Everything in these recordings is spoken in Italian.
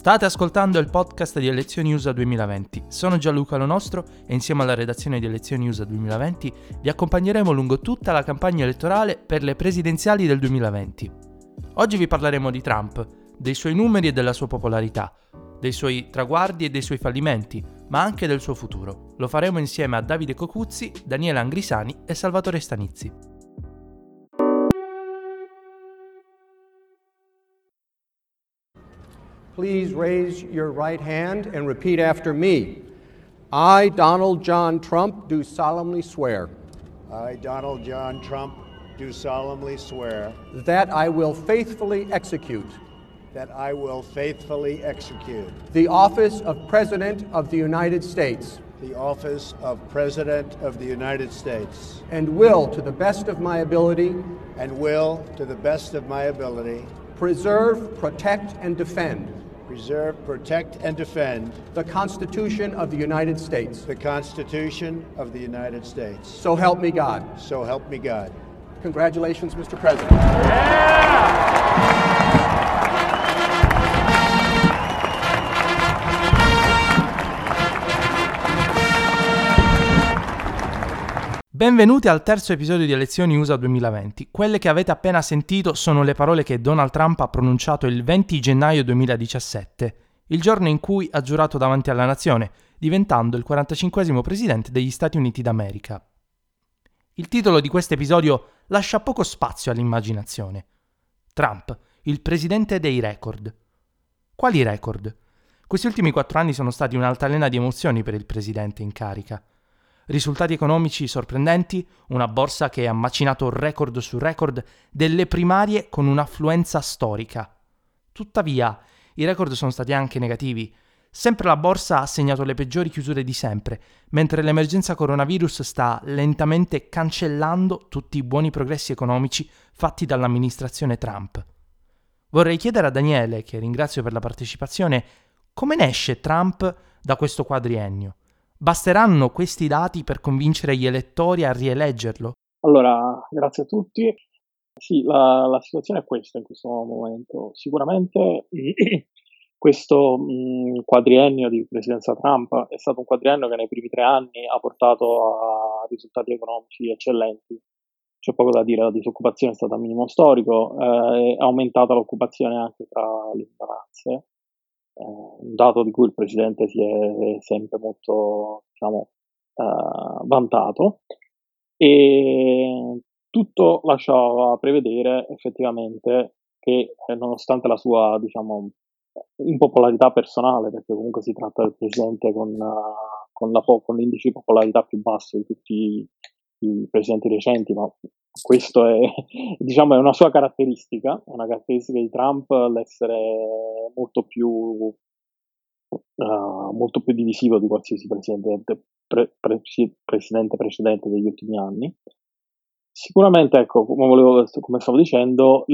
State ascoltando il podcast di Elezioni USA 2020. Sono Gianluca Lo Nostro e insieme alla redazione di Elezioni USA 2020 vi accompagneremo lungo tutta la campagna elettorale per le presidenziali del 2020. Oggi vi parleremo di Trump, dei suoi numeri e della sua popolarità, dei suoi traguardi e dei suoi fallimenti, ma anche del suo futuro. Lo faremo insieme a Davide Cocuzzi, Daniela Angrisani e Salvatore Stanizzi. Please raise your right hand and repeat after me. I, Donald John Trump, do solemnly swear I, Donald John Trump, do solemnly swear that I will faithfully execute that I will faithfully execute the office of President of the United States the office of President of the United States and will, to the best of my ability, preserve, protect, and defend the Constitution of the United States. the Constitution of the United States. So help me God. So help me God. Congratulations, Mr. President. Benvenuti al terzo episodio di Elezioni USA 2020. Quelle che avete appena sentito sono le parole che Donald Trump ha pronunciato il 20 gennaio 2017, il giorno in cui ha giurato davanti alla nazione, diventando il 45esimo presidente degli Stati Uniti d'America. Il titolo di questo episodio lascia poco spazio all'immaginazione. Trump, il presidente dei record. Quali record? Questi ultimi 4 anni sono stati un'altalena di emozioni per il presidente in carica. Risultati economici sorprendenti, una borsa che ha macinato record su record, delle primarie con un'affluenza storica. Tuttavia, i record sono stati anche negativi. Sempre la borsa ha segnato le peggiori chiusure di sempre, mentre l'emergenza coronavirus sta lentamente cancellando tutti i buoni progressi economici fatti dall'amministrazione Trump. Vorrei chiedere a Daniele, che ringrazio per la partecipazione, come ne esce Trump da questo quadriennio? Basteranno questi dati per convincere gli elettori a rieleggerlo? Allora, grazie a tutti. Sì, la situazione è questa in questo momento. Sicuramente questo quadriennio di presidenza Trump è stato un quadriennio che nei primi 3 anni ha portato a risultati economici eccellenti. C'è poco da dire, la disoccupazione è stata a minimo storico, è aumentata l'occupazione anche tra le minoranze. Un dato di cui il presidente si è sempre molto, vantato, e tutto lasciava prevedere effettivamente che, nonostante la sua, impopolarità personale, perché comunque si tratta del presidente con l'indice di popolarità più basso di tutti i presidenti recenti, ma questo è, è una sua caratteristica, è una caratteristica di Trump l'essere molto più divisivo di qualsiasi presidente precedente degli ultimi anni. Sicuramente, ecco, come stavo dicendo,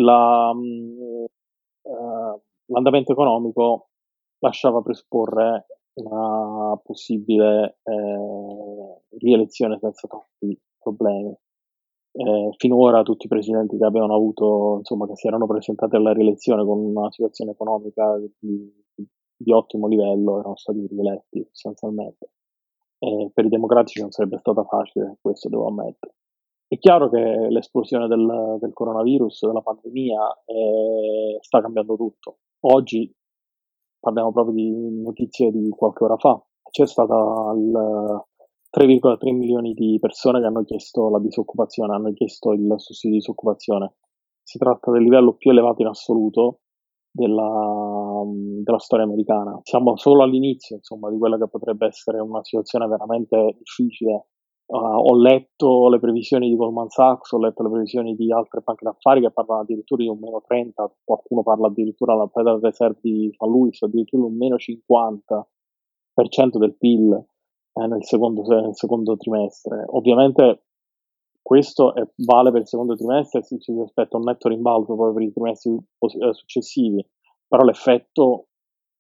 l'andamento economico lasciava presupporre una possibile rielezione senza troppi problemi. Finora tutti i presidenti che avevano avuto, che si erano presentati alla rielezione con una situazione economica di ottimo livello erano stati rieletti sostanzialmente. Per i democratici non sarebbe stata facile, questo devo ammettere. È chiaro che l'esplosione del coronavirus, della pandemia, sta cambiando tutto. Oggi parliamo proprio di notizie di qualche ora fa. C'è stata 3,3 milioni di persone che hanno chiesto la disoccupazione, hanno chiesto il sussidio di disoccupazione. Si tratta del livello più elevato in assoluto della storia americana. Siamo solo all'inizio, di quella che potrebbe essere una situazione veramente difficile. Ho letto le previsioni di Goldman Sachs, ho letto le previsioni di altre banche d'affari che parlano addirittura di un meno 30, qualcuno parla addirittura alla Federal Reserve di St. Louis, addirittura un meno 50% del PIL nel secondo trimestre. Ovviamente questo vale per il secondo trimestre, si aspetta un netto rimbalzo poi per i trimestri successivi, però l'effetto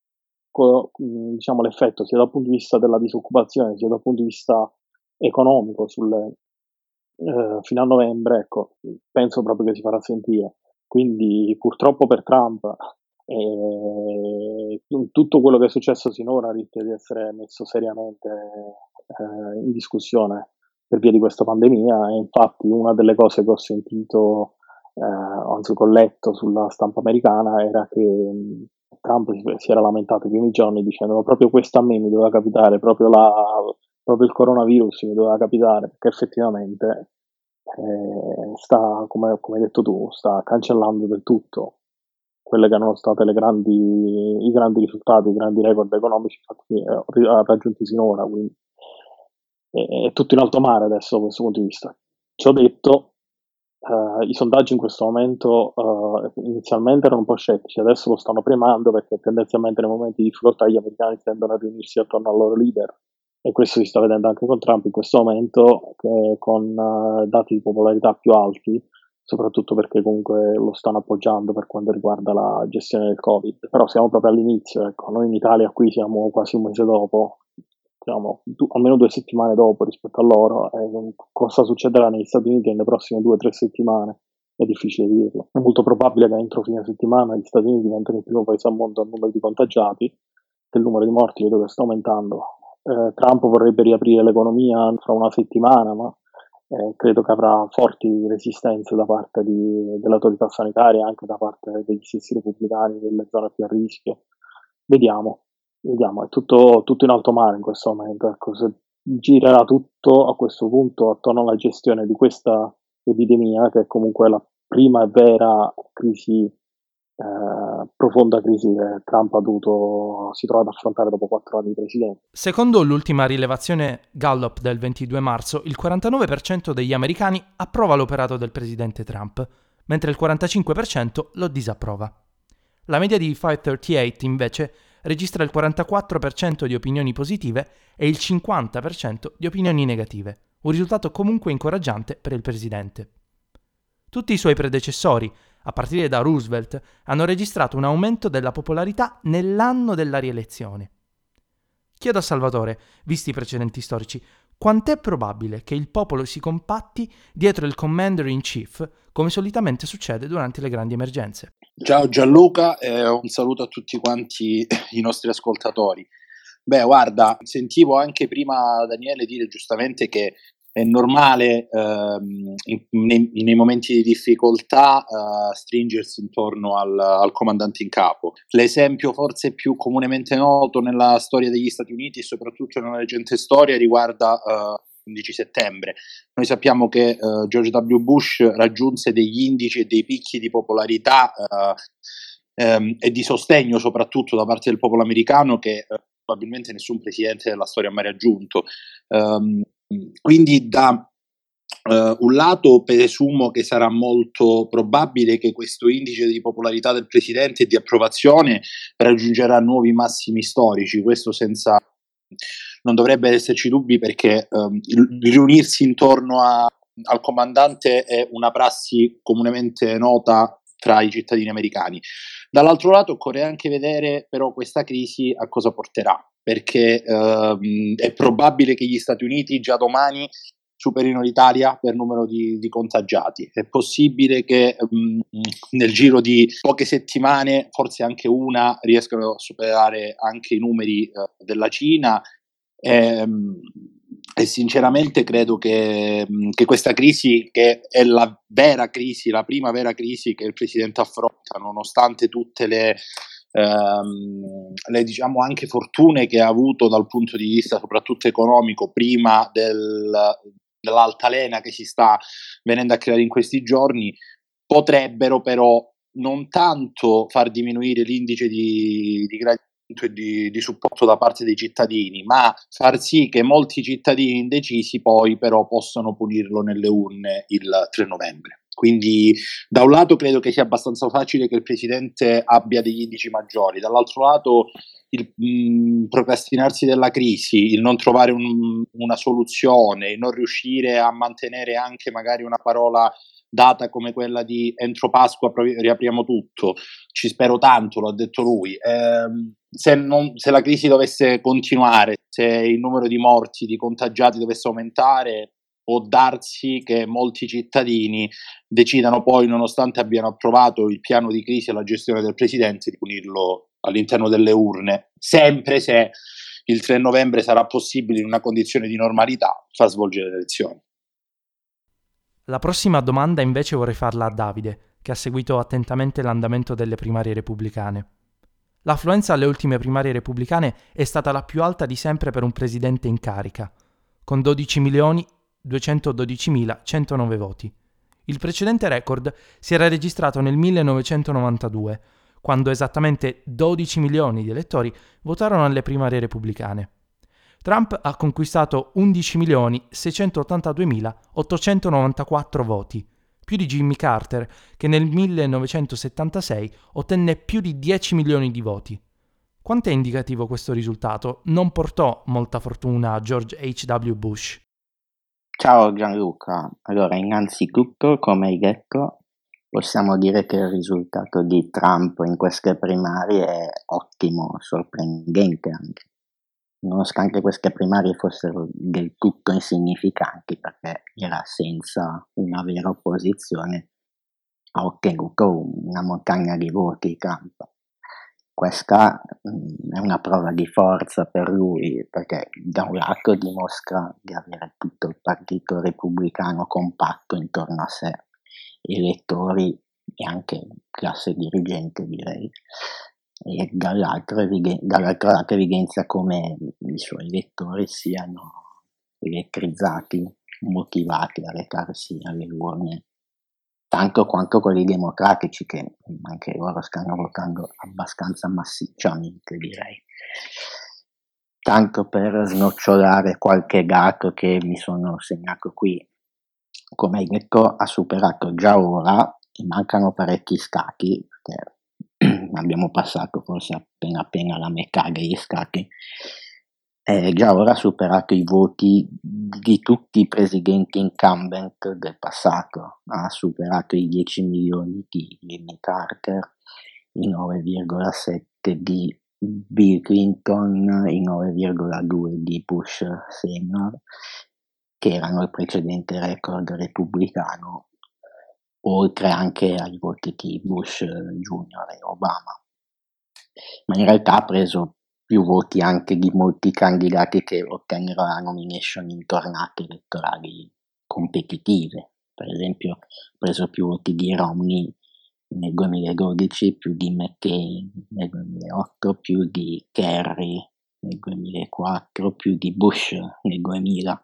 sia dal punto di vista della disoccupazione sia dal punto di vista economico fino a novembre, ecco, penso proprio che si farà sentire. Quindi purtroppo per Trump E tutto quello che è successo sinora rischia di essere messo seriamente in discussione per via di questa pandemia, e infatti una delle cose che ho sentito, anzi che ho letto sulla stampa americana, era che Trump si era lamentato i primi giorni dicendo proprio questo a me mi doveva capitare, proprio il coronavirus mi doveva capitare, perché effettivamente sta, come hai detto tu, sta cancellando del tutto quelle che erano state i grandi risultati, i grandi record economici raggiunti sinora, quindi è tutto in alto mare adesso da questo punto di vista. Ciò detto, i sondaggi in questo momento inizialmente erano un po' scettici, adesso lo stanno premiando, perché tendenzialmente nei momenti di difficoltà gli americani tendono a riunirsi attorno al loro leader, e questo si sta vedendo anche con Trump in questo momento, con dati di popolarità più alti, soprattutto perché comunque lo stanno appoggiando per quanto riguarda la gestione del Covid. Però siamo proprio all'inizio, ecco. Noi in Italia qui siamo quasi un mese dopo, diciamo, almeno 2 settimane dopo rispetto a loro, e cosa succederà negli Stati Uniti nelle prossime 2 o 3 settimane è difficile dirlo. È molto probabile che entro fine settimana gli Stati Uniti diventino il primo paese al mondo a numero di contagiati, che il numero di morti vedo che sta aumentando. Trump vorrebbe riaprire l'economia fra una settimana, ma credo che avrà forti resistenze da parte dell'autorità sanitaria, anche da parte degli stessi repubblicani delle zone più a rischio. Vediamo, è tutto in alto mare in questo momento. Ecco, se girerà tutto a questo punto attorno alla gestione di questa epidemia, che è comunque la prima e vera crisi, profonda crisi che Trump si trova ad affrontare dopo 4 anni di presidenza. Secondo l'ultima rilevazione Gallup del 22 marzo, il 49% degli americani approva l'operato del presidente Trump, mentre il 45% lo disapprova. La media di 538 invece registra il 44% di opinioni positive e il 50% di opinioni negative, un risultato comunque incoraggiante per il presidente. Tutti i suoi predecessori, a partire da Roosevelt, hanno registrato un aumento della popolarità nell'anno della rielezione. Chiedo a Salvatore, visti i precedenti storici, quant'è probabile che il popolo si compatti dietro il Commander-in-Chief, come solitamente succede durante le grandi emergenze? Ciao Gianluca, un saluto a tutti quanti i nostri ascoltatori. Beh, guarda, sentivo anche prima Daniele dire giustamente che è normale nei momenti di difficoltà stringersi intorno al comandante in capo. L'esempio forse più comunemente noto nella storia degli Stati Uniti e soprattutto nella recente storia riguarda 11 settembre. Noi sappiamo che George W. Bush raggiunse degli indici e dei picchi di popolarità e di sostegno soprattutto da parte del popolo americano che probabilmente nessun presidente della storia ha mai raggiunto. Quindi da un lato presumo che sarà molto probabile che questo indice di popolarità del presidente e di approvazione raggiungerà nuovi massimi storici, questo non dovrebbe esserci dubbi, perché riunirsi intorno al comandante è una prassi comunemente nota tra i cittadini americani. Dall'altro lato occorre anche vedere però questa crisi a cosa porterà, perché è probabile che gli Stati Uniti già domani superino l'Italia per numero di contagiati. È possibile che nel giro di poche settimane, forse anche una, riescano a superare anche i numeri della Cina. E sinceramente credo che questa crisi, che è la vera crisi, la prima vera crisi che il presidente affronta, nonostante tutte le diciamo anche fortune che ha avuto dal punto di vista soprattutto economico prima dell'altalena che si sta venendo a creare in questi giorni, potrebbero però non tanto far diminuire l'indice di gradimento e di supporto da parte dei cittadini, ma far sì che molti cittadini indecisi poi però possano punirlo nelle urne il 3 novembre. Quindi da un lato credo che sia abbastanza facile che il presidente abbia degli indici maggiori, dall'altro lato il procrastinarsi della crisi, il non trovare una soluzione, il non riuscire a mantenere anche magari una parola data come quella di entro Pasqua riapriamo tutto, ci spero tanto, l'ha detto lui. Se la crisi dovesse continuare, se il numero di morti, di contagiati dovesse aumentare, può darsi che molti cittadini decidano poi, nonostante abbiano approvato il piano di crisi e la gestione del presidente, di punirlo all'interno delle urne, sempre se il 3 novembre sarà possibile, in una condizione di normalità, far svolgere le elezioni. La prossima domanda invece vorrei farla a Davide, che ha seguito attentamente l'andamento delle primarie repubblicane. L'affluenza alle ultime primarie repubblicane è stata la più alta di sempre per un presidente in carica, con 12.212.109 voti. Il precedente record si era registrato nel 1992, quando esattamente 12 milioni di elettori votarono alle primarie repubblicane. Trump ha conquistato 11.682.894 voti, più di Jimmy Carter, che nel 1976 ottenne più di 10 milioni di voti. Quanto è indicativo questo risultato? Non portò molta fortuna a George H.W. Bush. Ciao Gianluca, allora innanzitutto, come hai detto, possiamo dire che il risultato di Trump in queste primarie è ottimo, sorprendente anche, nonostante queste primarie fossero del tutto insignificanti, perché era senza una vera opposizione, ha ottenuto una montagna di voti Trump. Questa è una prova di forza per lui, perché da un lato dimostra di avere tutto il partito repubblicano compatto intorno a sé, elettori e anche classe dirigente, direi, e dall'altro lato evidenzia come i suoi elettori siano elettrizzati, motivati a recarsi alle urne, tanto quanto quelli democratici, che anche loro stanno votando abbastanza massicciamente, direi. Tanto per snocciolare qualche dato che mi sono segnato qui, come hai detto, ha superato già ora, mancano parecchi stati, perché abbiamo passato forse appena la metà degli stati, già ora ha superato i voti di tutti i presidenti incumbent del passato, ha superato i 10 milioni di Jimmy Carter, i 9,7 di Bill Clinton, i 9,2 di Bush Senior, che erano il precedente record repubblicano, oltre anche ai voti di Bush Junior e Obama. Ma in realtà ha preso più voti anche di molti candidati che ottennero la nomination in tornate elettorali competitive. Per esempio ha preso più voti di Romney nel 2012, più di McCain nel 2008, più di Kerry nel 2004, più di Bush nel 2000.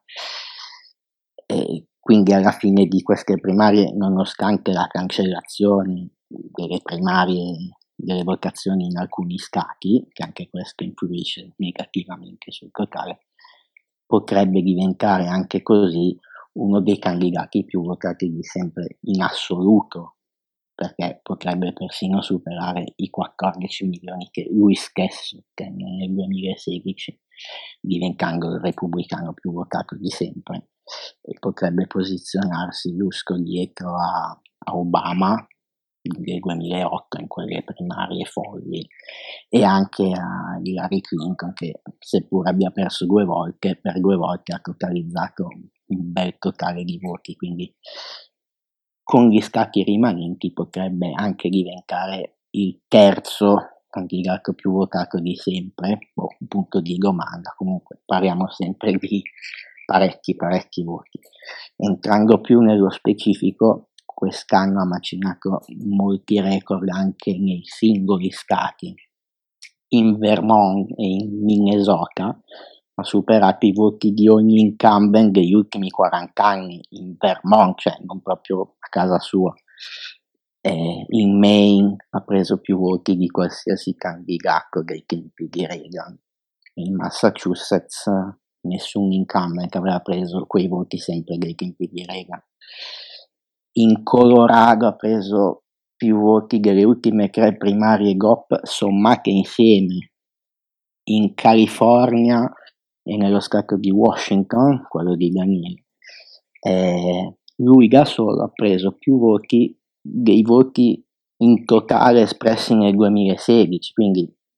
E quindi alla fine di queste primarie, nonostante la cancellazione delle primarie, delle votazioni in alcuni stati, che anche questo influisce negativamente sul totale, potrebbe diventare anche così uno dei candidati più votati di sempre in assoluto, perché potrebbe persino superare i 14 milioni che lui stesso ottenne nel 2016, diventando il repubblicano più votato di sempre, e potrebbe posizionarsi giusto dietro a Obama del 2008 in quelle primarie folli, e anche a Hillary Clinton, che seppur abbia perso 2 volte, per 2 volte ha totalizzato un bel totale di voti, quindi con gli stati rimanenti potrebbe anche diventare il terzo candidato più votato di sempre. Un punto di domanda, comunque parliamo sempre di parecchi voti. Entrando più nello specifico, quest'anno ha macinato molti record anche nei singoli stati. In Vermont e in Minnesota ha superato i voti di ogni incumbent degli ultimi 40 anni in Vermont, cioè non proprio a casa sua. In Maine ha preso più voti di qualsiasi candidato dei tempi di Reagan. In Massachusetts nessun incumbent aveva preso quei voti sempre dei tempi di Reagan. In Colorado ha preso più voti delle ultime 3 primarie GOP sommate insieme. In California e nello stato di Washington, quello di Daniele, lui da solo ha preso più voti dei voti in totale espressi nel 2016, quindi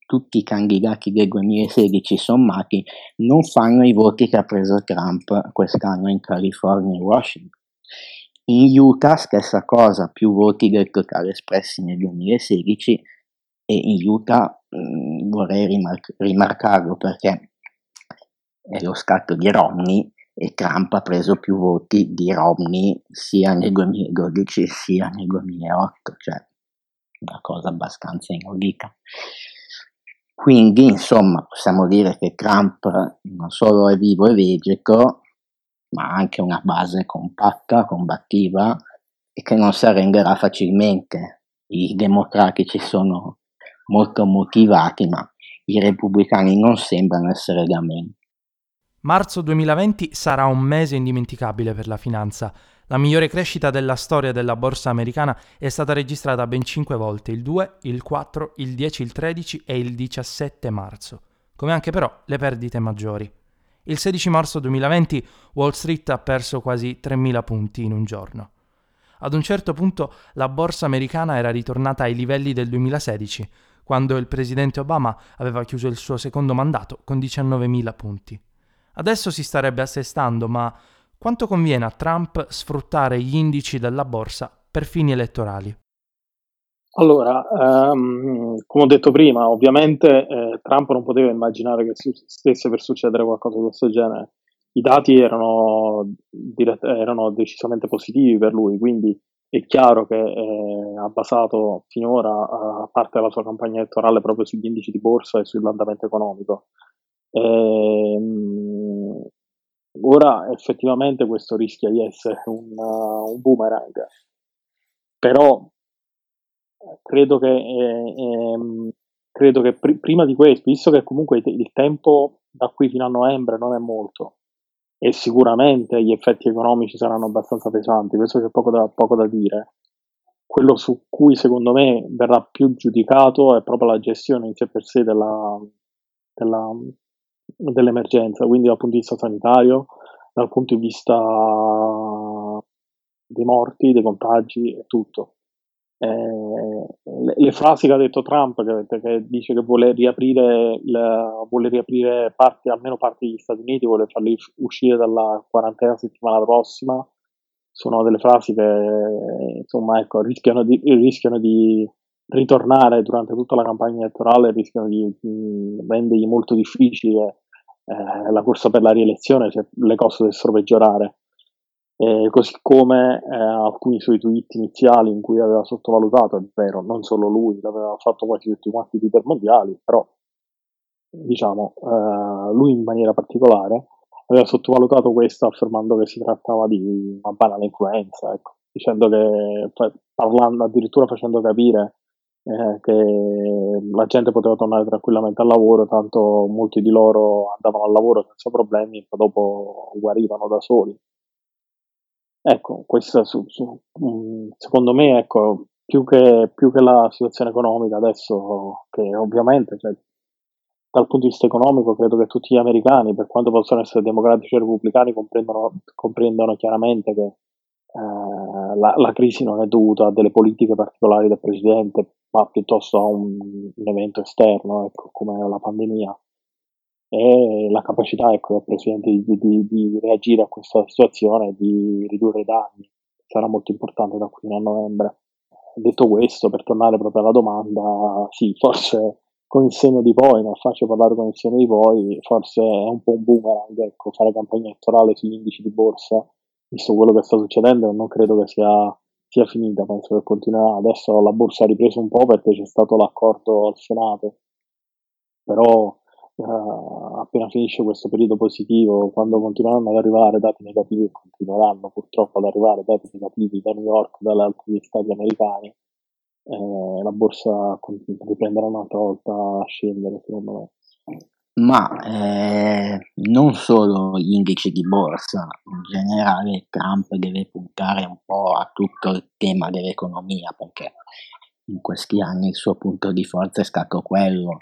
tutti i candidati del 2016 sommati non fanno i voti che ha preso Trump quest'anno in California e Washington. In Utah stessa cosa, più voti del totale espressi nel 2016, e in Utah vorrei rimarcarlo perché è lo stato di Romney e Trump ha preso più voti di Romney sia nel 2012 sia nel 2008, cioè una cosa abbastanza inaudita. Quindi, insomma, possiamo dire che Trump non solo è vivo e vegeto, ma ha anche una base compatta, combattiva e che non si arrenderà facilmente. I democratici sono molto motivati, ma i repubblicani non sembrano essere da meno. Marzo 2020 sarà un mese indimenticabile per la finanza. La migliore crescita della storia della borsa americana è stata registrata ben 5 volte, il 2, il 4, il 10, il 13 e il 17 marzo, come anche però le perdite maggiori. Il 16 marzo 2020 Wall Street ha perso quasi 3.000 punti in un giorno. Ad un certo punto la borsa americana era ritornata ai livelli del 2016, quando il presidente Obama aveva chiuso il suo secondo mandato con 19.000 punti. Adesso si starebbe assestando, ma quanto conviene a Trump sfruttare gli indici della borsa per fini elettorali? Allora, come ho detto prima, ovviamente Trump non poteva immaginare che stesse per succedere qualcosa di questo genere. I dati erano decisamente positivi per lui, quindi è chiaro che ha basato finora parte della sua campagna elettorale proprio sugli indici di borsa e sull'andamento economico. Ora effettivamente questo rischia di essere un boomerang, però credo che prima di questo, visto che comunque il tempo da qui fino a novembre non è molto e sicuramente gli effetti economici saranno abbastanza pesanti, questo c'è poco da dire. Quello su cui secondo me verrà più giudicato è proprio la gestione in sé per sé dell'emergenza, quindi dal punto di vista sanitario, dal punto di vista dei morti, dei contagi e tutto. Le frasi che ha detto Trump, che dice che vuole riaprire almeno parti degli Stati Uniti, vuole farli uscire dalla quarantena settimana prossima, sono delle frasi che insomma ecco, rischiano di ritornare durante tutta la campagna elettorale, rischiano di rendergli molto difficile la corsa per la rielezione se le cose dovessero peggiorare. Così come alcuni suoi tweet iniziali in cui aveva sottovalutato, è vero, non solo lui, l'aveva fatto quasi tutti quanti i leader mondiali, però diciamo lui in maniera particolare aveva sottovalutato questo affermando che si trattava di una banale influenza, ecco, dicendo che, parlando addirittura facendo capire che la gente poteva tornare tranquillamente al lavoro, tanto molti di loro andavano al lavoro senza problemi e poi dopo guarivano da soli. Ecco, questa secondo me, ecco, più che la situazione economica adesso, che ovviamente, cioè, dal punto di vista economico, credo che tutti gli americani, per quanto possano essere democratici e repubblicani, comprendono chiaramente che la crisi non è dovuta a delle politiche particolari del presidente, ma piuttosto a un evento esterno, ecco, come la pandemia. E la capacità, ecco, del presidente di reagire a questa situazione e di ridurre i danni sarà molto importante da qui a novembre. Detto questo, per tornare proprio alla domanda, sì, forse con il senno di poi, non faccio parlare con il senno di poi, forse è un po' un boomerang, ecco, fare campagna elettorale sugli indici di borsa, visto quello che sta succedendo, non credo che sia finita, penso che continuerà. Adesso la borsa ha ripreso un po' perché c'è stato l'accordo al Senato, però appena finisce questo periodo positivo, quando continueranno ad arrivare dati negativi, continueranno purtroppo ad arrivare dati negativi da New York, dalle altri stati americani, la borsa riprenderà un'altra volta a scendere, secondo me. Ma non solo gli indici di borsa, in generale Trump deve puntare un po' a tutto il tema dell'economia, perché in questi anni il suo punto di forza è stato quello.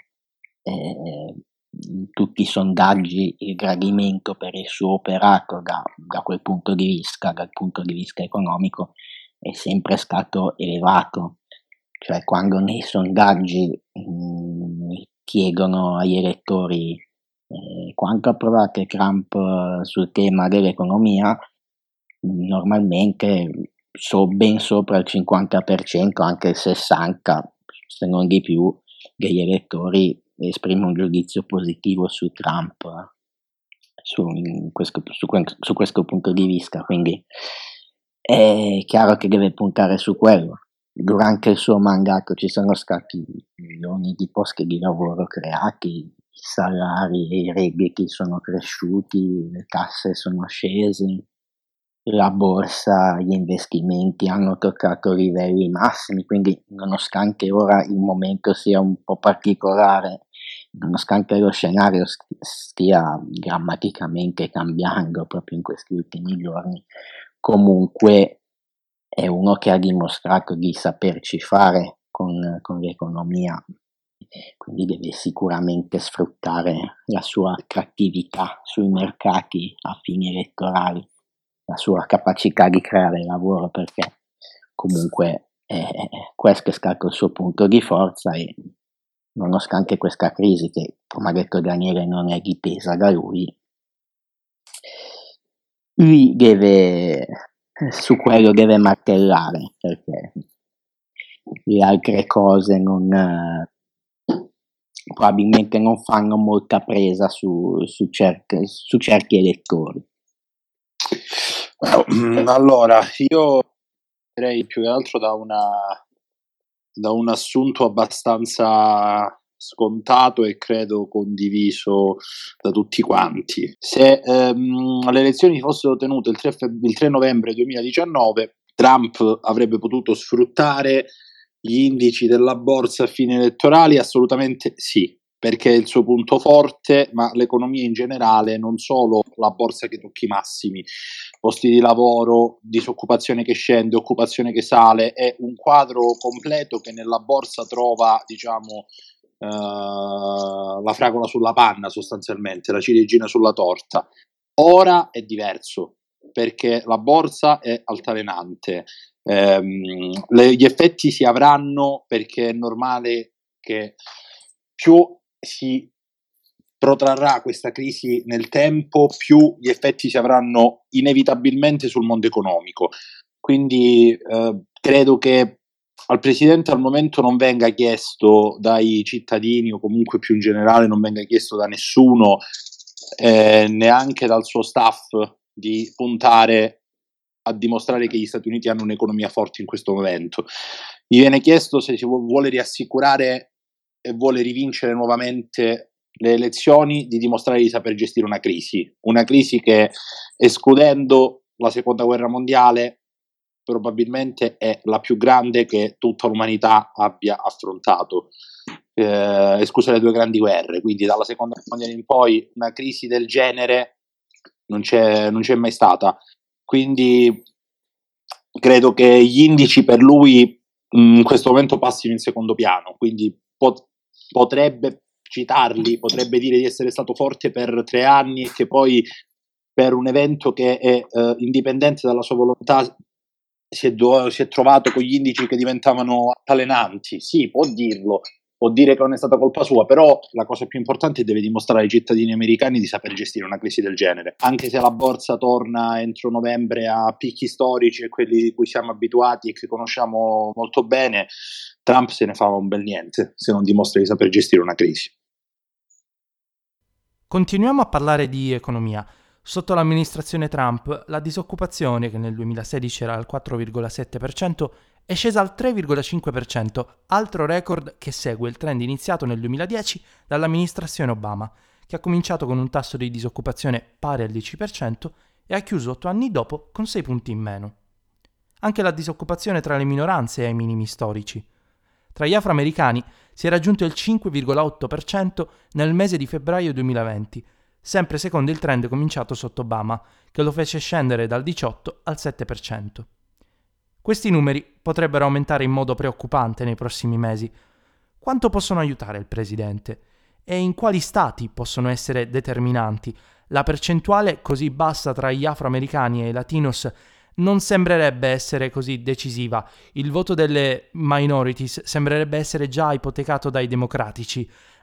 In tutti i sondaggi il gradimento per il suo operato da quel punto di vista, dal punto di vista economico, è sempre stato elevato. Cioè, quando nei sondaggi chiedono agli elettori quanto approvate Trump sul tema dell'economia, normalmente ben sopra il 50%, anche il 60%, se non di più, degli elettori esprime un giudizio positivo su Trump su questo punto di vista, quindi è chiaro che deve puntare su quello. Durante il suo mandato ci sono stati milioni di posti di lavoro creati, i salari e i redditi sono cresciuti, le tasse sono scese, la borsa, gli investimenti hanno toccato livelli massimi, quindi nonostante ora il momento sia un po' particolare, nonostante lo scenario stia drammaticamente cambiando proprio in questi ultimi giorni, comunque è uno che ha dimostrato di saperci fare con l'economia, quindi deve sicuramente sfruttare la sua attrattività sui mercati a fini elettorali, la sua capacità di creare lavoro, perché comunque questo è stato il suo punto di forza e nonostante questa crisi, che come ha detto Daniele non è dipesa da lui su quello deve martellare, perché le altre cose probabilmente non fanno molta presa su certi elettori. Allora, io direi più che altro da un assunto abbastanza scontato e credo condiviso da tutti quanti. Se le elezioni fossero tenute il 3 novembre 2019, Trump avrebbe potuto sfruttare gli indici della borsa a fini elettorali? Assolutamente sì, perché è il suo punto forte, ma l'economia in generale, non solo la borsa che tocca i massimi, posti di lavoro, disoccupazione che scende, occupazione che sale, è un quadro completo che nella borsa trova, diciamo, la fragola sulla panna, sostanzialmente, la ciliegina sulla torta. Ora è diverso, perché la borsa è altalenante. Gli effetti si avranno, perché è normale che più si protrarrà questa crisi nel tempo, più gli effetti si avranno inevitabilmente sul mondo economico. Quindi credo che al Presidente al momento non venga chiesto dai cittadini, o comunque più in generale non venga chiesto da nessuno, neanche dal suo staff, di puntare a dimostrare che gli Stati Uniti hanno un'economia forte in questo momento. Gli viene chiesto se si vuole riassicurare e vuole rivincere nuovamente le elezioni, di dimostrare di saper gestire una crisi che, escludendo la seconda guerra mondiale, probabilmente è la più grande che tutta l'umanità abbia affrontato, escluse le due grandi guerre. Quindi dalla seconda guerra mondiale in poi una crisi del genere non c'è mai stata. Quindi credo che gli indici per lui in questo momento passino in secondo piano, quindi potrebbe citarli, potrebbe dire di essere stato forte per 3 anni e che poi per un evento che è indipendente dalla sua volontà si è trovato con gli indici che diventavano altalenanti. Sì, può dirlo, può dire che non è stata colpa sua, però la cosa più importante è che deve dimostrare ai cittadini americani di saper gestire una crisi del genere. Anche se la borsa torna entro novembre a picchi storici e quelli di cui siamo abituati e che conosciamo molto bene, Trump se ne fa un bel niente se non dimostra di saper gestire una crisi. Continuiamo a parlare di economia. Sotto l'amministrazione Trump, la disoccupazione, che nel 2016 era al 4,7%, è scesa al 3,5%, altro record che segue il trend iniziato nel 2010 dall'amministrazione Obama, che ha cominciato con un tasso di disoccupazione pari al 10% e ha chiuso 8 anni dopo con 6 punti in meno. Anche la disoccupazione tra le minoranze è ai minimi storici. Tra gli afroamericani si è raggiunto il 5,8% nel mese di febbraio 2020, sempre secondo il trend cominciato sotto Obama, che lo fece scendere dal 18 al 7%. Questi numeri potrebbero aumentare in modo preoccupante nei prossimi mesi. Quanto possono aiutare il presidente? E in quali stati possono essere determinanti? La percentuale così bassa tra gli afroamericani e i latinos non sembrerebbe essere così decisiva. Il voto delle minorities sembrerebbe essere già ipotecato dai democratici,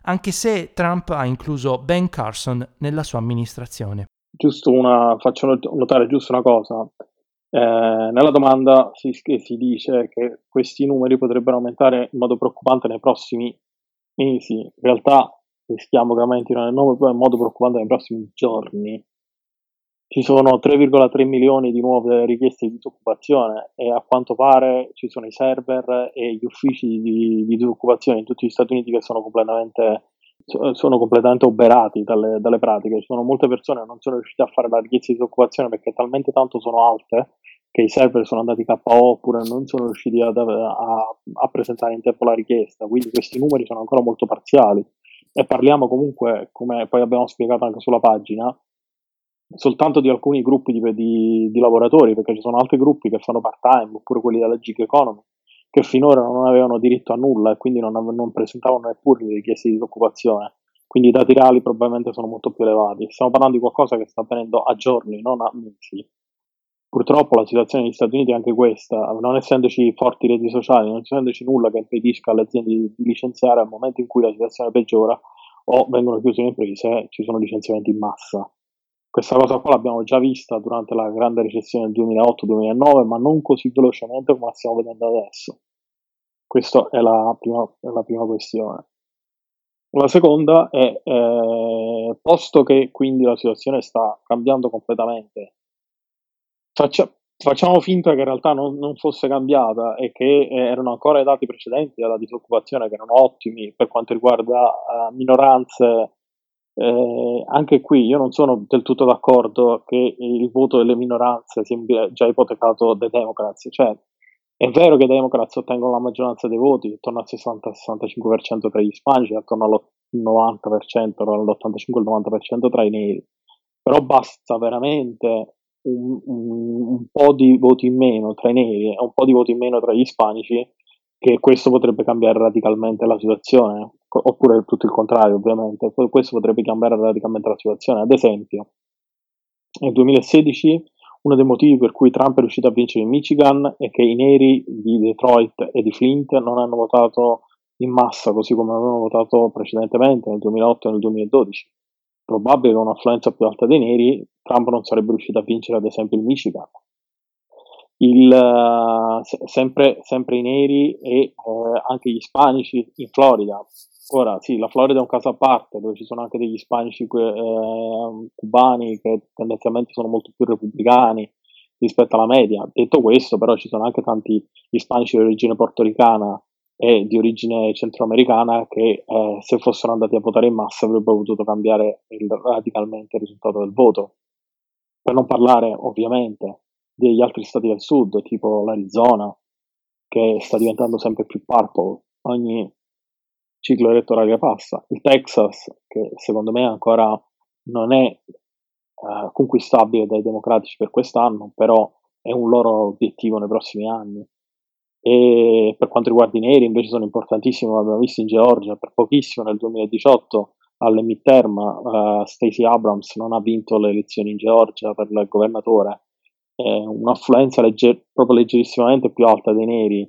anche se Trump ha incluso Ben Carson nella sua amministrazione. Faccio notare giusto una cosa. Nella domanda si dice che questi numeri potrebbero aumentare in modo preoccupante nei prossimi mesi. In realtà rischiamo che aumentino in modo preoccupante nei prossimi giorni. Ci sono 3,3 milioni di nuove richieste di disoccupazione e a quanto pare ci sono i server e gli uffici di disoccupazione in tutti gli Stati Uniti che sono completamente oberati dalle pratiche. Ci sono molte persone che non sono riuscite a fare la richiesta di disoccupazione perché talmente tanto sono alte che i server sono andati KO oppure non sono riusciti a presentare in tempo la richiesta. Quindi questi numeri sono ancora molto parziali e parliamo comunque, come poi abbiamo spiegato anche sulla pagina, soltanto di alcuni gruppi di lavoratori, perché ci sono altri gruppi che fanno part-time, oppure quelli della gig economy, che finora non avevano diritto a nulla e quindi non presentavano neppure le richieste di disoccupazione. Quindi i dati reali probabilmente sono molto più elevati. Stiamo parlando di qualcosa che sta avvenendo a giorni, non a mesi. Purtroppo la situazione negli Stati Uniti è anche questa, non essendoci forti reti sociali, non essendoci nulla che impedisca alle aziende di licenziare al momento in cui la situazione peggiora o vengono chiuse le imprese, ci sono licenziamenti in massa. Questa cosa qua l'abbiamo già vista durante la grande recessione del 2008-2009, ma non così velocemente come la stiamo vedendo adesso. Questa è la prima questione. La seconda è, posto che quindi la situazione sta cambiando completamente, facciamo finta che in realtà non fosse cambiata e che erano ancora i dati precedenti della disoccupazione che erano ottimi per quanto riguarda minoranze. Anche qui io non sono del tutto d'accordo che il voto delle minoranze sia già ipotecato dai Democrats. Cioè, è vero che i Democrats ottengono la maggioranza dei voti, attorno al 60-65% tra gli ispanici, attorno all'90%, all'85-90% tra i neri. Però basta veramente un po' di voti in meno tra i neri e un po' di voti in meno tra gli ispanici, che questo potrebbe cambiare radicalmente la situazione, oppure tutto il contrario ovviamente, questo potrebbe cambiare radicalmente la situazione. Ad esempio, nel 2016 uno dei motivi per cui Trump è riuscito a vincere in Michigan è che i neri di Detroit e di Flint non hanno votato in massa così come avevano votato precedentemente nel 2008 e nel 2012. Probabile che un'affluenza più alta dei neri Trump non sarebbe riuscito a vincere ad esempio il Michigan. Sempre i neri e anche gli ispanici in Florida. Ora sì, la Florida è un caso a parte dove ci sono anche degli ispanici cubani che tendenzialmente sono molto più repubblicani rispetto alla media. Detto questo, però ci sono anche tanti ispanici di origine portoricana e di origine centroamericana che se fossero andati a votare in massa avrebbero potuto cambiare radicalmente il risultato del voto. Per non parlare ovviamente degli altri stati del sud, tipo l'Arizona, che sta diventando sempre più purple ogni ciclo elettorale che passa, il Texas, che secondo me ancora non è conquistabile dai democratici per quest'anno, però è un loro obiettivo nei prossimi anni. E per quanto riguarda i neri invece sono importantissimi, come abbiamo visto in Georgia, per pochissimo nel 2018 alle midterm Stacey Abrams non ha vinto le elezioni in Georgia per il governatore, un'affluenza proprio leggerissimamente più alta dei neri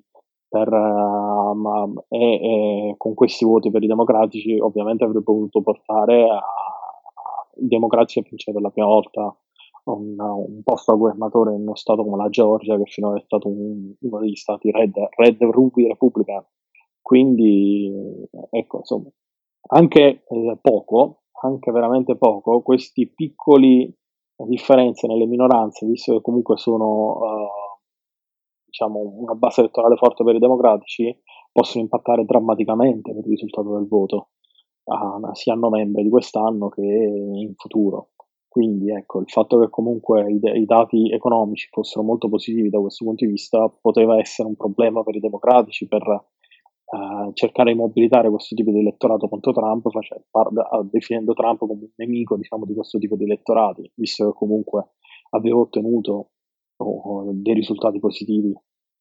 con questi voti per i democratici ovviamente avrebbe potuto portare i democratici a vincere per la prima volta un posto da governatore in uno stato come la Georgia, che finora è stato uno degli stati red ruby republican. Quindi ecco, insomma, anche veramente poco, questi piccoli differenze nelle minoranze, visto che comunque sono diciamo una base elettorale forte per i democratici, possono impattare drammaticamente per il risultato del voto sia a novembre di quest'anno che in futuro. Quindi ecco, il fatto che comunque i dati economici fossero molto positivi da questo punto di vista poteva essere un problema per i democratici per cercare di mobilitare questo tipo di elettorato contro Trump, definendo Trump come un nemico, diciamo, di questo tipo di elettorati, visto che comunque aveva ottenuto dei risultati positivi.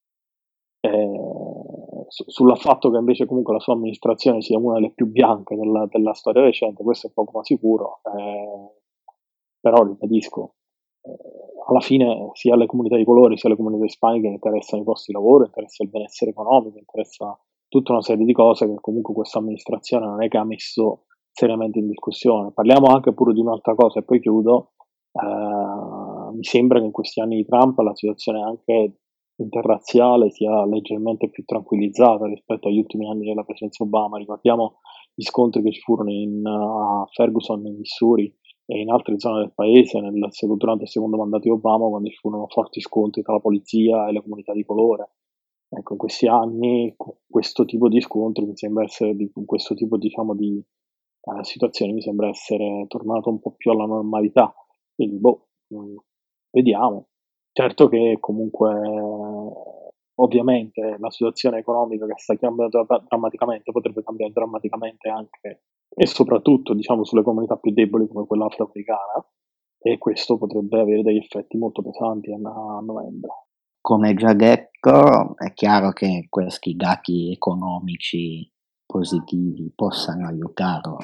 Sul fatto che invece comunque la sua amministrazione sia una delle più bianche della storia recente, questo è poco ma sicuro, però ribadisco, alla fine sia alle comunità di colore sia alle comunità ispaniche interessano i posti di lavoro, interessa il benessere economico, interessa tutta una serie di cose che comunque questa amministrazione non è che ha messo seriamente in discussione. Parliamo anche pure di un'altra cosa e poi chiudo. Mi sembra che in questi anni di Trump la situazione anche interrazziale sia leggermente più tranquillizzata rispetto agli ultimi anni della presidenza Obama. Ricordiamo gli scontri che ci furono a Ferguson, in Missouri, e in altre zone del paese durante il secondo mandato di Obama, quando ci furono forti scontri tra la polizia e le comunità di colore. Ecco, in questi anni questo tipo di scontri mi sembra essere, questo tipo diciamo di situazioni mi sembra essere tornato un po' più alla normalità. Quindi, vediamo. Certo che comunque, ovviamente, la situazione economica che sta cambiando drammaticamente potrebbe cambiare drammaticamente anche e soprattutto, diciamo, sulle comunità più deboli come quella afroamericana, e questo potrebbe avere degli effetti molto pesanti a novembre. Come già detto, è chiaro che questi dati economici positivi possano aiutarlo,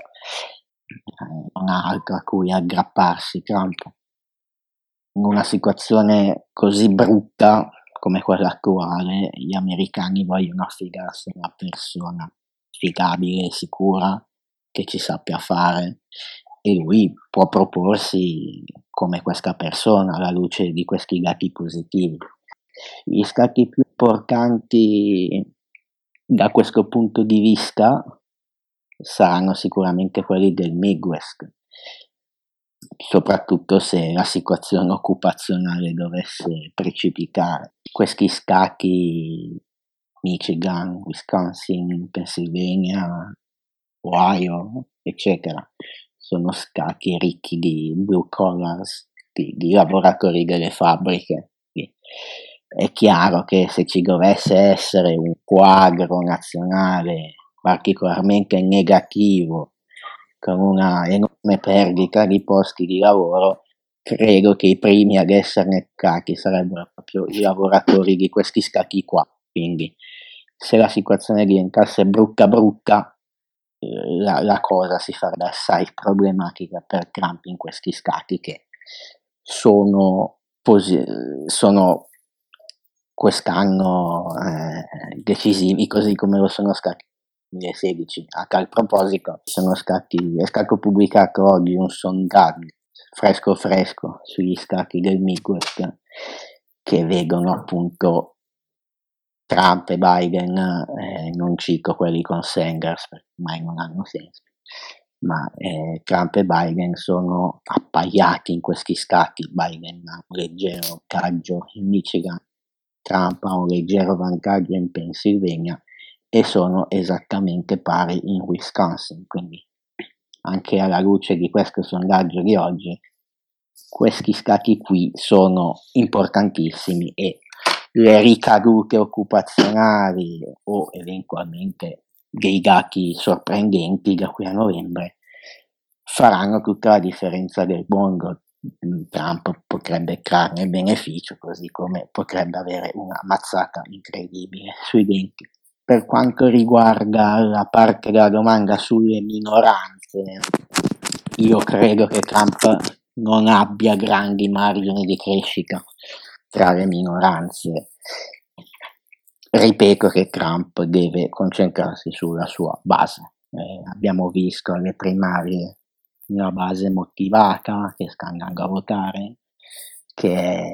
non ha altro a cui aggrapparsi Trump. In una situazione così brutta come quella attuale, gli americani vogliono affidarsi a una persona affidabile e sicura che ci sappia fare, e lui può proporsi come questa persona alla luce di questi dati positivi. Gli stati più importanti da questo punto di vista saranno sicuramente quelli del Midwest, soprattutto se la situazione occupazionale dovesse precipitare. Questi stati, Michigan, Wisconsin, Pennsylvania, Ohio, eccetera, sono stati ricchi di blue collars, di lavoratori delle fabbriche. È chiaro che se ci dovesse essere un quadro nazionale particolarmente negativo, con una enorme perdita di posti di lavoro, credo che i primi ad esserne toccati sarebbero proprio i lavoratori di questi stati qua. Quindi se la situazione diventasse brutta, la cosa si farebbe assai problematica per Trump in questi stati che sono quest'anno decisivi, così come lo sono stati nel 2016. A tal proposito è stato pubblicato oggi un sondaggio fresco sugli stati del Midwest che vedono appunto Trump e Biden, non cito quelli con Sanders perché mai non hanno senso, ma Trump e Biden sono appaiati in questi stati. Biden ha un leggero vantaggio in Michigan, Trump ha un leggero vantaggio in Pennsylvania e sono esattamente pari in Wisconsin. Quindi anche alla luce di questo sondaggio di oggi, questi stati qui sono importantissimi e le ricadute occupazionali o eventualmente dei dati sorprendenti da qui a novembre faranno tutta la differenza del mondo. Trump potrebbe trarne beneficio, così come potrebbe avere una mazzata incredibile sui denti. Per quanto riguarda la parte della domanda sulle minoranze, io credo che Trump non abbia grandi margini di crescita tra le minoranze. Ripeto che Trump deve concentrarsi sulla sua base. Abbiamo visto alle primarie una base motivata che sta andando a votare, che è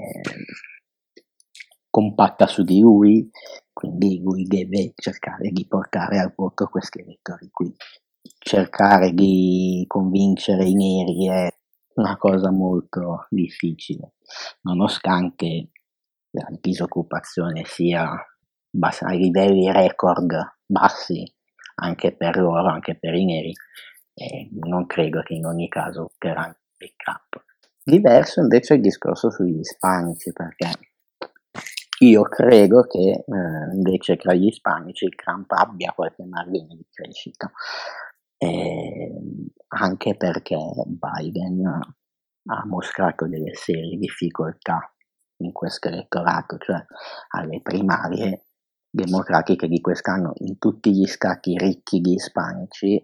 compatta su di lui, quindi lui deve cercare di portare al voto questi elettori qui. Cercare di convincere i neri è una cosa molto difficile, nonostante la disoccupazione sia ai livelli record bassi anche per loro, anche per i neri. Non credo che in ogni caso otterranno il Trump. Diverso invece il discorso sugli ispanici, perché io credo che invece tra gli ispanici il Trump abbia qualche margine di crescita, anche perché Biden ha mostrato delle serie difficoltà in questo elettorato, cioè alle primarie democratiche di quest'anno in tutti gli stati ricchi di ispanici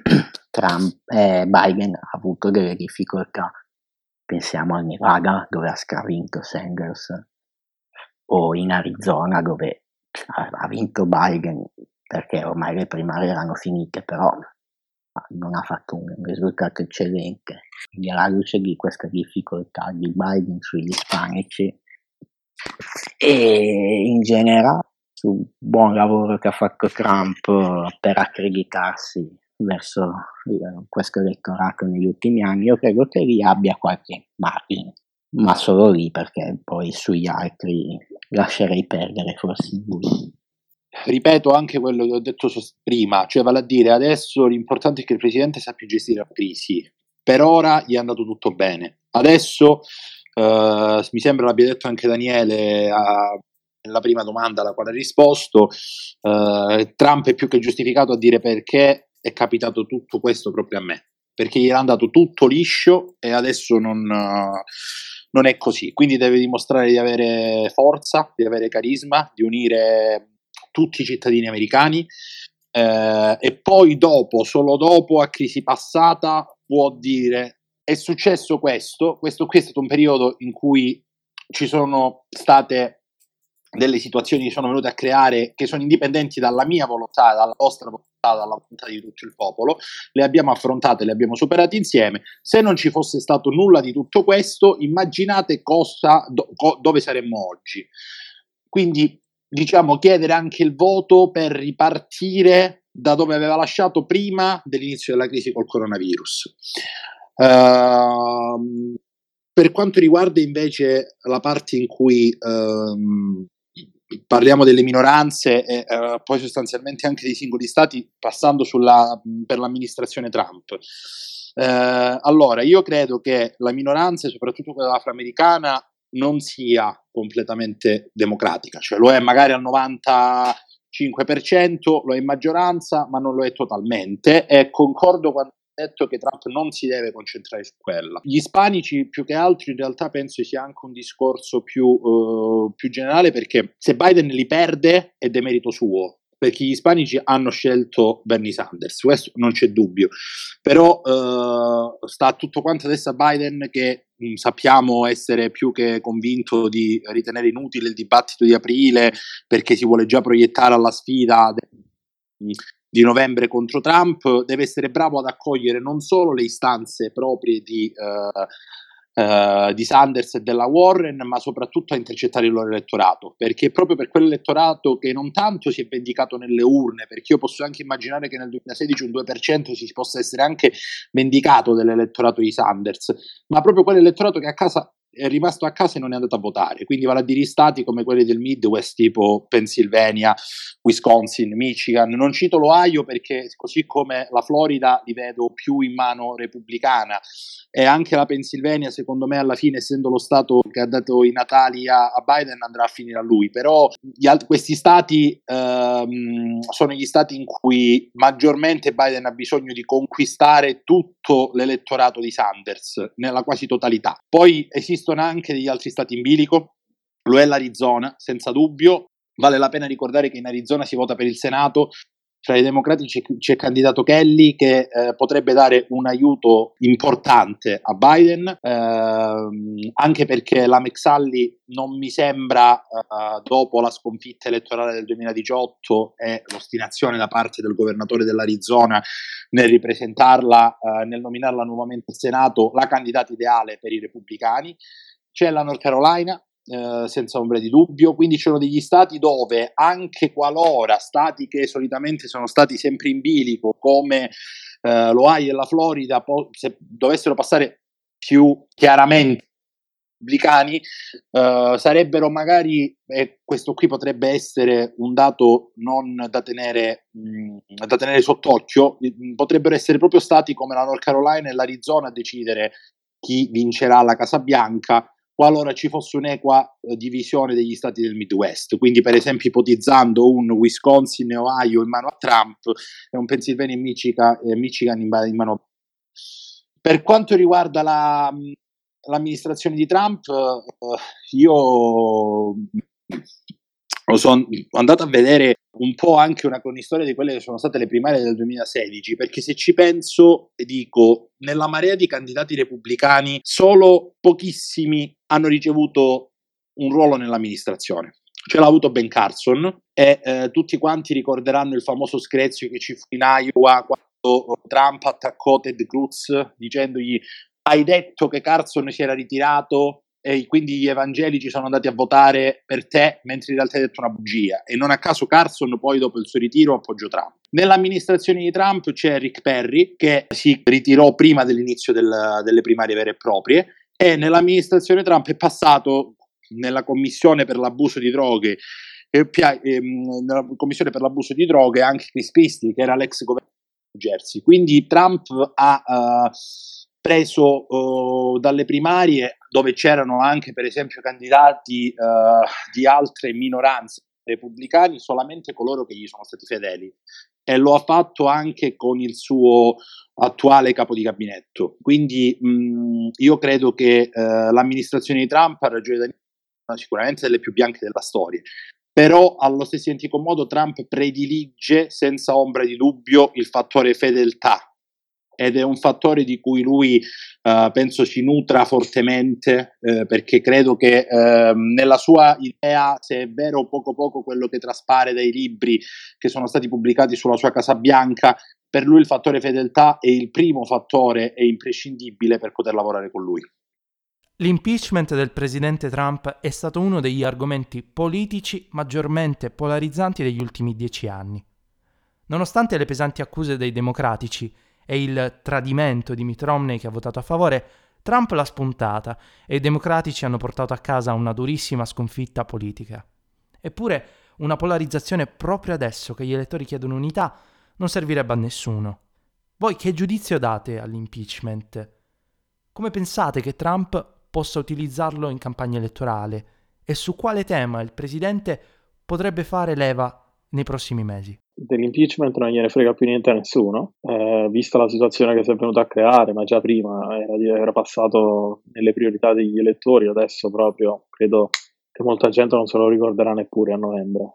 Biden ha avuto delle difficoltà. Pensiamo al Nevada dove ha stravinto Sanders, o in Arizona dove ha vinto Biden perché ormai le primarie erano finite, però non ha fatto un risultato eccellente. Quindi alla luce di questa difficoltà di Biden sugli ispanici e in generale sul buon lavoro che ha fatto Trump per accreditarsi verso questo elettorato negli ultimi anni, io credo che lì abbia qualche margine, ma solo lì, perché poi sugli altri lascerei perdere forse lui. Ripeto anche quello che ho detto prima, cioè vale a dire adesso l'importante è che il presidente sappia gestire la crisi. Per ora gli è andato tutto bene. Adesso mi sembra l'abbia detto anche Daniele nella prima domanda alla quale ha risposto, Trump è più che giustificato a dire perché è capitato tutto questo proprio a me, perché gli è andato tutto liscio e adesso non è così, quindi deve dimostrare di avere forza, di avere carisma, di unire tutti i cittadini americani e poi dopo, solo dopo, a crisi passata, può dire è successo questo qui è stato un periodo in cui ci sono state delle situazioni che sono venute a creare, che sono indipendenti dalla mia volontà, dalla vostra volontà, dalla volontà di tutto il popolo, le abbiamo affrontate, le abbiamo superate insieme. Se non ci fosse stato nulla di tutto questo, immaginate dove saremmo oggi. Quindi diciamo chiedere anche il voto per ripartire da dove aveva lasciato prima dell'inizio della crisi col coronavirus. Per quanto riguarda invece la parte in cui parliamo delle minoranze e poi sostanzialmente anche dei singoli stati, passando per l'amministrazione Trump. Allora, io credo che la minoranza, soprattutto quella afroamericana, non sia completamente democratica, cioè lo è magari al 95%, lo è in maggioranza, ma non lo è totalmente, e concordo quando detto che Trump non si deve concentrare su quella. Gli ispanici più che altro in realtà penso sia anche un discorso più generale, perché se Biden li perde è demerito suo, perché gli ispanici hanno scelto Bernie Sanders, questo non c'è dubbio, però sta tutto quanto adesso a Biden, che sappiamo essere più che convinto di ritenere inutile il dibattito di aprile, perché si vuole già proiettare alla sfida di novembre contro Trump. Deve essere bravo ad accogliere non solo le istanze proprie di Sanders e della Warren, ma soprattutto a intercettare il loro elettorato, perché è proprio per quell'elettorato che non tanto si è vendicato nelle urne, perché io posso anche immaginare che nel 2016 un 2% si possa essere anche vendicato dell'elettorato di Sanders, ma proprio quell'elettorato che a casa è rimasto a casa e non è andato a votare, quindi vale a dire stati come quelli del Midwest, tipo Pennsylvania, Wisconsin, Michigan. Non cito l'Ohio perché, così come la Florida, li vedo più in mano repubblicana, e anche la Pennsylvania, secondo me, alla fine, essendo lo stato che ha dato i natali a Biden, andrà a finire a lui. Però questi stati sono gli stati in cui maggiormente Biden ha bisogno di conquistare tutto l'elettorato di Sanders, nella quasi totalità. Poi esistono anche degli altri stati in bilico, lo è l'Arizona, senza dubbio. Vale la pena ricordare che in Arizona si vota per il Senato, tra i democratici c'è candidato Kelly, che potrebbe dare un aiuto importante a Biden, anche perché la McSally non mi sembra, dopo la sconfitta elettorale del 2018 e l'ostinazione da parte del governatore dell'Arizona nel ripresentarla, nel nominarla nuovamente al Senato, la candidata ideale per i repubblicani. C'è la North Carolina, senza ombra di dubbio. Quindi ci sono degli stati dove, anche qualora stati che solitamente sono stati sempre in bilico come l'Ohio e la Florida, se dovessero passare più chiaramente repubblicani, sarebbero magari, e questo qui potrebbe essere un dato non da tenere sott'occhio, potrebbero essere proprio stati come la North Carolina e l'Arizona a decidere chi vincerà la Casa Bianca, qualora ci fosse un'equa divisione degli stati del Midwest. Quindi, per esempio, ipotizzando un Wisconsin e Ohio in mano a Trump e un Pennsylvania e Michigan in mano. Per quanto riguarda l'amministrazione di Trump, io sono andato a vedere un po' anche una cronistoria di quelle che sono state le primarie del 2016, perché se ci penso e dico, nella marea di candidati repubblicani solo pochissimi hanno ricevuto un ruolo nell'amministrazione. ce l'ha avuto Ben Carson e tutti quanti ricorderanno il famoso screzio che ci fu in Iowa quando Trump attaccò Ted Cruz dicendogli: hai detto che Carson si era ritirato e quindi gli evangelici sono andati a votare per te, mentre in realtà hai detto una bugia. E non a caso Carson poi dopo il suo ritiro appoggiò Trump. Nell'amministrazione di Trump c'è Rick Perry, che si ritirò prima dell'inizio delle primarie vere e proprie, e nell'amministrazione Trump è passato nella commissione per l'abuso di droghe nella commissione per l'abuso di droghe anche Chris Christie, che era l'ex governatore di New Jersey. Quindi Trump ha preso dalle primarie, dove c'erano anche per esempio candidati di altre minoranze repubblicani, solamente coloro che gli sono stati fedeli, e lo ha fatto anche con il suo attuale capo di gabinetto. Quindi io credo che l'amministrazione di Trump ha ragione da sicuramente delle più bianche della storia, però allo stesso identico modo Trump predilige senza ombra di dubbio il fattore fedeltà, ed è un fattore di cui lui penso si nutra fortemente, perché credo che nella sua idea, se è vero poco quello che traspare dai libri che sono stati pubblicati sulla sua Casa Bianca, per lui il fattore fedeltà è il primo fattore e imprescindibile per poter lavorare con lui. L'impeachment del presidente Trump è stato uno degli argomenti politici maggiormente polarizzanti degli ultimi 10 anni. Nonostante le pesanti accuse dei democratici e il tradimento di Mitt Romney che ha votato a favore, Trump l'ha spuntata e i democratici hanno portato a casa una durissima sconfitta politica. Eppure una polarizzazione proprio adesso che gli elettori chiedono unità non servirebbe a nessuno. Voi che giudizio date all'impeachment? Come pensate che Trump possa utilizzarlo in campagna elettorale e su quale tema il presidente potrebbe fare leva nei prossimi mesi? Dell'impeachment non gliene frega più niente a nessuno, vista la situazione che si è venuta a creare, ma già prima era passato nelle priorità degli elettori, adesso proprio credo che molta gente non se lo ricorderà neppure a novembre.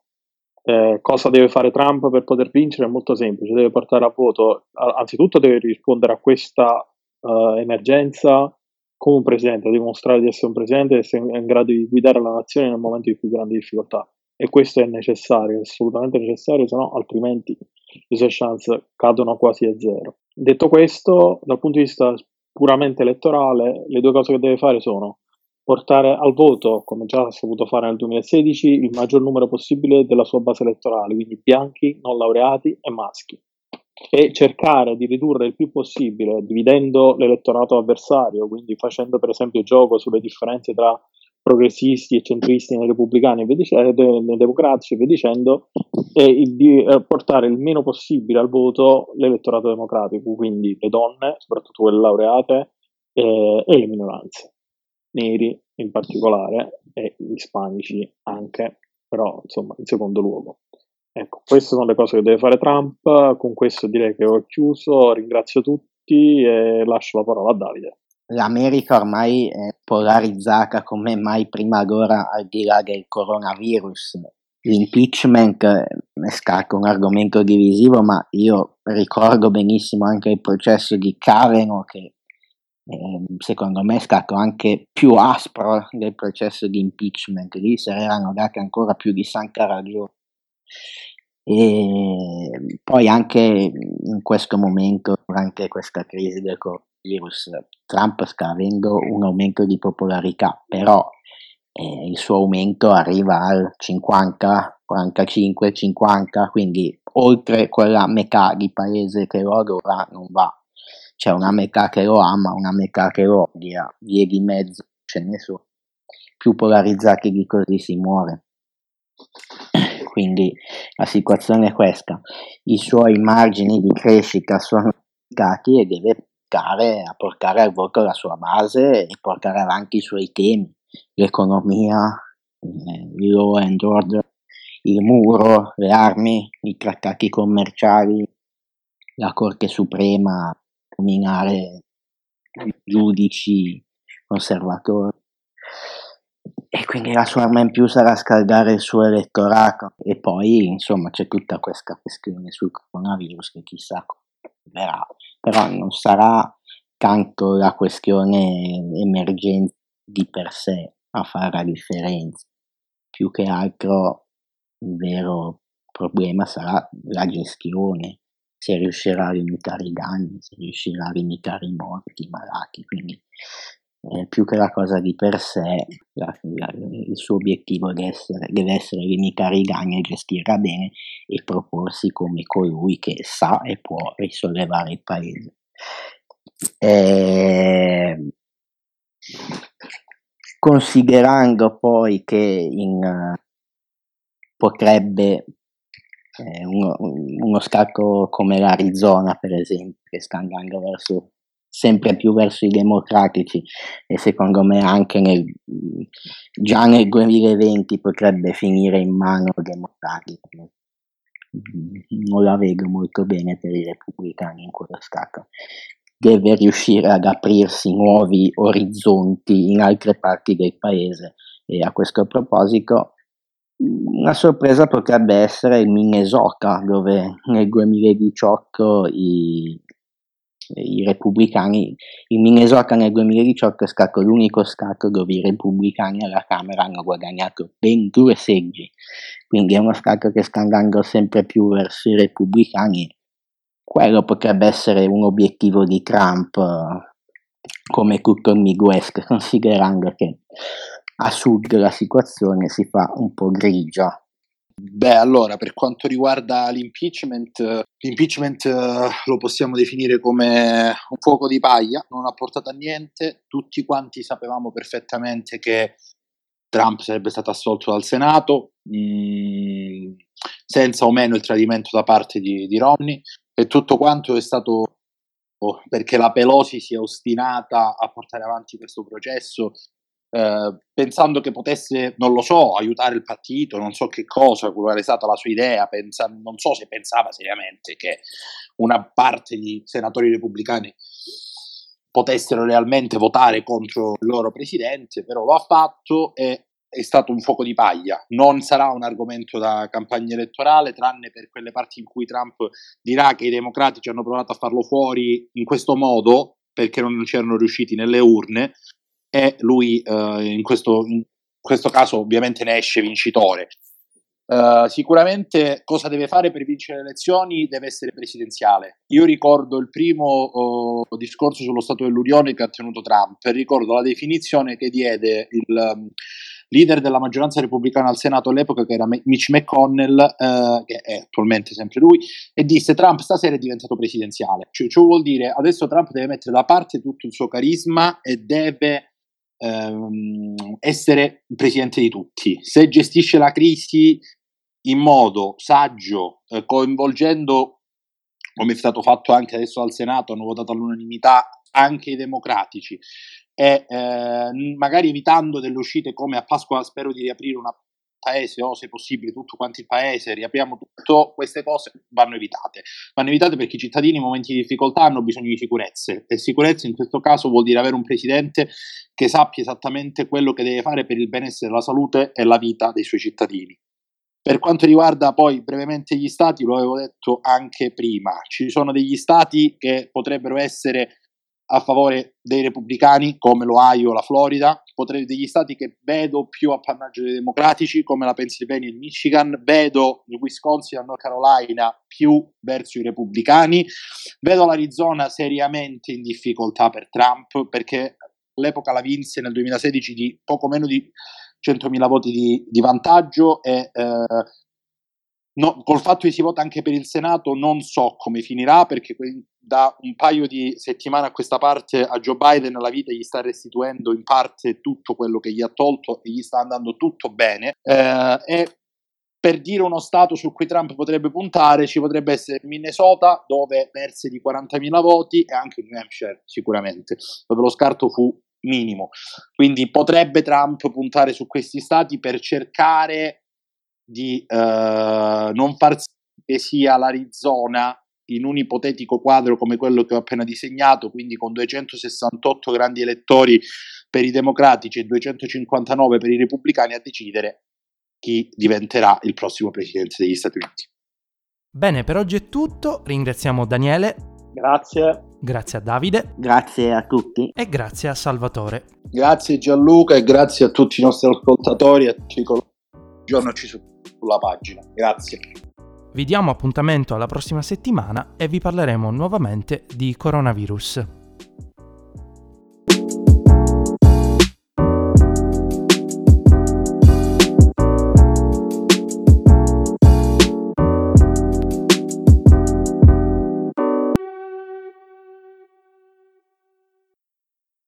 Cosa deve fare Trump per poter vincere? È molto semplice, deve portare a voto, anzitutto deve rispondere a questa emergenza come un presidente, deve dimostrare di essere un presidente e essere in grado di guidare la nazione nel momento di più grandi difficoltà. E questo è necessario, è assolutamente necessario, se no altrimenti le sue chance cadono quasi a zero. Detto questo, dal punto di vista puramente elettorale, le due cose che deve fare sono portare al voto, come già ha saputo fare nel 2016, il maggior numero possibile della sua base elettorale, quindi bianchi, non laureati e maschi, e cercare di ridurre il più possibile, dividendo l'elettorato avversario, quindi facendo per esempio gioco sulle differenze tra progressisti e centristi nei repubblicani e nei democratici e via dicendo, e di portare il meno possibile al voto l'elettorato democratico, quindi le donne, soprattutto quelle laureate, e le minoranze, neri in particolare e ispanici anche, però insomma in secondo luogo. Ecco, queste sono le cose che deve fare Trump. Con questo direi che ho chiuso, ringrazio tutti e lascio la parola a Davide. L'America ormai è polarizzata come mai prima d'ora, al di là del coronavirus. L'impeachment è un argomento divisivo, ma io ricordo benissimo anche il processo di Kavanaugh, che secondo me è stato anche più aspro del processo di impeachment. Lì se erano date ancora più di santa ragione. E poi anche in questo momento, durante questa crisi del coronavirus, Trump sta avendo un aumento di popolarità, però il suo aumento arriva al 50, 45, 50, quindi oltre quella metà di paese che lo adora non va. C'è una metà che lo ama, una metà che lo odia, vie di mezzo ce ne sono. Più polarizzati di così si muore. Quindi la situazione è questa: i suoi margini di crescita sono limitati e deve portare al voto la sua base e portare avanti i suoi temi, l'economia, il law and order, il muro, le armi, i trattati commerciali, la Corte Suprema, nominare giudici conservatori. E quindi la sua arma in più sarà scaldare il suo elettorato. E poi insomma c'è tutta questa questione sul coronavirus che chissà come verrà, però non sarà tanto la questione emergenza di per sé a fare la differenza, più che altro il vero problema sarà la gestione, se riuscirà a limitare i danni, se riuscirà a limitare i morti, i malati, quindi più che la cosa di per sé, il suo obiettivo deve essere limitare i danni e gestirla bene e proporsi come colui che sa e può risollevare il paese. Considerando poi che potrebbe uno scacco come l'Arizona, per esempio, che sta andando sempre più verso i democratici, e secondo me anche già nel 2020 potrebbe finire in mano democratici. Non la vedo molto bene per i repubblicani in quello scacco. Deve riuscire ad aprirsi nuovi orizzonti in altre parti del paese, e a questo proposito una sorpresa potrebbe essere il Minnesota, dove nel 2018 i repubblicani, il Minnesota nel 2018 è stato l'unico stato dove i repubblicani alla Camera hanno guadagnato ben 2 seggi, quindi è uno stato che sta andando sempre più verso i repubblicani. Quello potrebbe essere un obiettivo di Trump, come tutto il Midwest, considerando che a sud la situazione si fa un po' grigia. Beh, allora, per quanto riguarda l'impeachment lo possiamo definire come un fuoco di paglia, non ha portato a niente. Tutti quanti sapevamo perfettamente che Trump sarebbe stato assolto dal Senato, senza o meno il tradimento da parte di Romney, e tutto quanto è stato perché la Pelosi si è ostinata a portare avanti questo processo, pensando che potesse, non lo so, aiutare il partito, non so che cosa, qual è stata la sua idea, non so se pensava seriamente che una parte di senatori repubblicani potessero realmente votare contro il loro presidente, però lo ha fatto e è stato un fuoco di paglia. Non sarà un argomento da campagna elettorale, tranne per quelle parti in cui Trump dirà che i democratici hanno provato a farlo fuori in questo modo perché non c'erano riusciti nelle urne, e lui in questo caso ovviamente ne esce vincitore. Sicuramente cosa deve fare per vincere le elezioni? Deve essere presidenziale. Io ricordo il primo discorso sullo Stato dell'Unione che ha tenuto Trump, ricordo la definizione che diede il leader della maggioranza repubblicana al Senato all'epoca, che era Mitch McConnell, che è attualmente sempre lui, e disse: Trump stasera è diventato presidenziale. Cioè vuol dire adesso Trump deve mettere da parte tutto il suo carisma e deve essere il presidente di tutti. Se gestisce la crisi in modo saggio, coinvolgendo, come è stato fatto anche adesso al Senato, hanno votato all'unanimità anche i democratici, e magari evitando delle uscite come a Pasqua spero di riaprire un paese, o se possibile tutto quanto il paese, riapriamo tutto, queste cose vanno evitate perché i cittadini in momenti di difficoltà hanno bisogno di sicurezze, e sicurezza in questo caso vuol dire avere un presidente che sappia esattamente quello che deve fare per il benessere, la salute e la vita dei suoi cittadini. Per quanto riguarda poi brevemente gli stati, lo avevo detto anche prima, ci sono degli stati che potrebbero essere a favore dei repubblicani, come l'Ohio, la Florida, degli stati che vedo più appannaggio dei democratici, come la Pennsylvania e il Michigan, vedo il Wisconsin e la North Carolina più verso i repubblicani, vedo l'Arizona seriamente in difficoltà per Trump, perché all'epoca la vinse nel 2016 di poco meno di 100.000 voti di vantaggio, e col fatto che si vota anche per il Senato non so come finirà, perché da un paio di settimane a questa parte a Joe Biden la vita gli sta restituendo in parte tutto quello che gli ha tolto e gli sta andando tutto bene, e per dire uno stato su cui Trump potrebbe puntare ci potrebbe essere Minnesota, dove perse di 40.000 voti, e anche New Hampshire sicuramente, dove lo scarto fu minimo, quindi potrebbe Trump puntare su questi stati per cercare di non far sì che sia l'Arizona in un ipotetico quadro come quello che ho appena disegnato, quindi con 268 grandi elettori per i democratici e 259 per i repubblicani, a decidere chi diventerà il prossimo presidente degli Stati Uniti. Bene, per oggi è tutto. Ringraziamo Daniele. Grazie a Davide. Grazie a tutti. E grazie a Salvatore. Grazie Gianluca, e grazie a tutti i nostri ascoltatori e a tutti i colleghi. aggiornaci sulla pagina. Grazie. Vi diamo appuntamento alla prossima settimana e vi parleremo nuovamente di coronavirus.